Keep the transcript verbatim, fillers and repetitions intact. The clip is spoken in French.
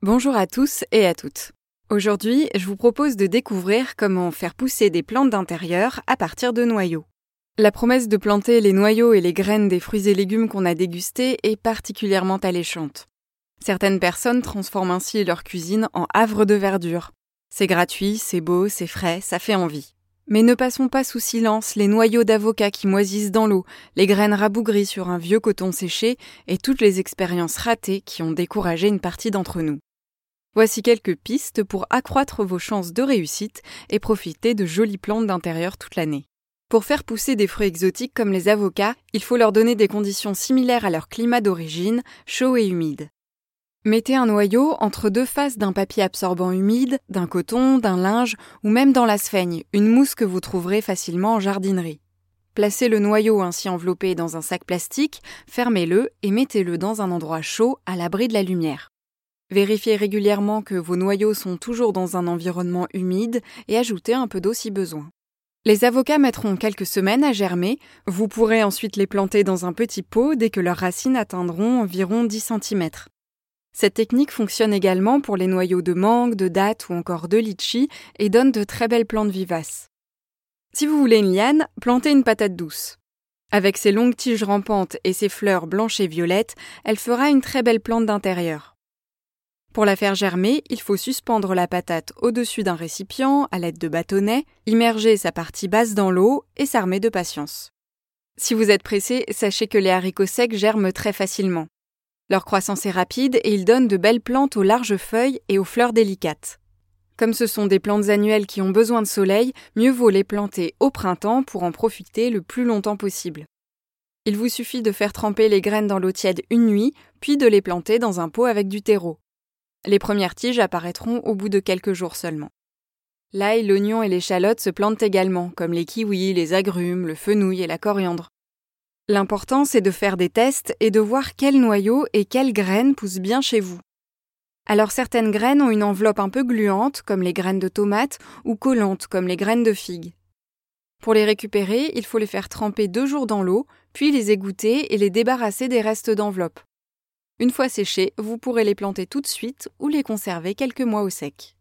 Bonjour à tous et à toutes. Aujourd'hui, je vous propose de découvrir comment faire pousser des plantes d'intérieur à partir de noyaux. La promesse de planter les noyaux et les graines des fruits et légumes qu'on a dégustés est particulièrement alléchante. Certaines personnes transforment ainsi leur cuisine en havre de verdure. C'est gratuit, c'est beau, c'est frais, ça fait envie. Mais ne passons pas sous silence les noyaux d'avocat qui moisissent dans l'eau, les graines rabougries sur un vieux coton séché et toutes les expériences ratées qui ont découragé une partie d'entre nous. Voici quelques pistes pour accroître vos chances de réussite et profiter de jolies plantes d'intérieur toute l'année. Pour faire pousser des fruits exotiques comme les avocats, il faut leur donner des conditions similaires à leur climat d'origine, chaud et humide. Mettez un noyau entre deux faces d'un papier absorbant humide, d'un coton, d'un linge ou même dans la sphaigne, une mousse que vous trouverez facilement en jardinerie. Placez le noyau ainsi enveloppé dans un sac plastique, fermez-le et mettez-le dans un endroit chaud à l'abri de la lumière. Vérifiez régulièrement que vos noyaux sont toujours dans un environnement humide et ajoutez un peu d'eau si besoin. Les avocats mettront quelques semaines à germer, vous pourrez ensuite les planter dans un petit pot dès que leurs racines atteindront environ dix centimètres. Cette technique fonctionne également pour les noyaux de mangue, de dattes ou encore de litchi et donne de très belles plantes vivaces. Si vous voulez une liane, plantez une patate douce. Avec ses longues tiges rampantes et ses fleurs blanches et violettes, elle fera une très belle plante d'intérieur. Pour la faire germer, il faut suspendre la patate au-dessus d'un récipient à l'aide de bâtonnets, immerger sa partie basse dans l'eau et s'armer de patience. Si vous êtes pressé, sachez que les haricots secs germent très facilement. Leur croissance est rapide et ils donnent de belles plantes aux larges feuilles et aux fleurs délicates. Comme ce sont des plantes annuelles qui ont besoin de soleil, mieux vaut les planter au printemps pour en profiter le plus longtemps possible. Il vous suffit de faire tremper les graines dans l'eau tiède une nuit, puis de les planter dans un pot avec du terreau. Les premières tiges apparaîtront au bout de quelques jours seulement. L'ail, l'oignon et l'échalote se plantent également, comme les kiwis, les agrumes, le fenouil et la coriandre. L'important, c'est de faire des tests et de voir quels noyaux et quelles graines poussent bien chez vous. Alors certaines graines ont une enveloppe un peu gluante, comme les graines de tomates, ou collantes, comme les graines de figues. Pour les récupérer, il faut les faire tremper deux jours dans l'eau, puis les égoutter et les débarrasser des restes d'enveloppe. Une fois séchés, vous pourrez les planter tout de suite ou les conserver quelques mois au sec.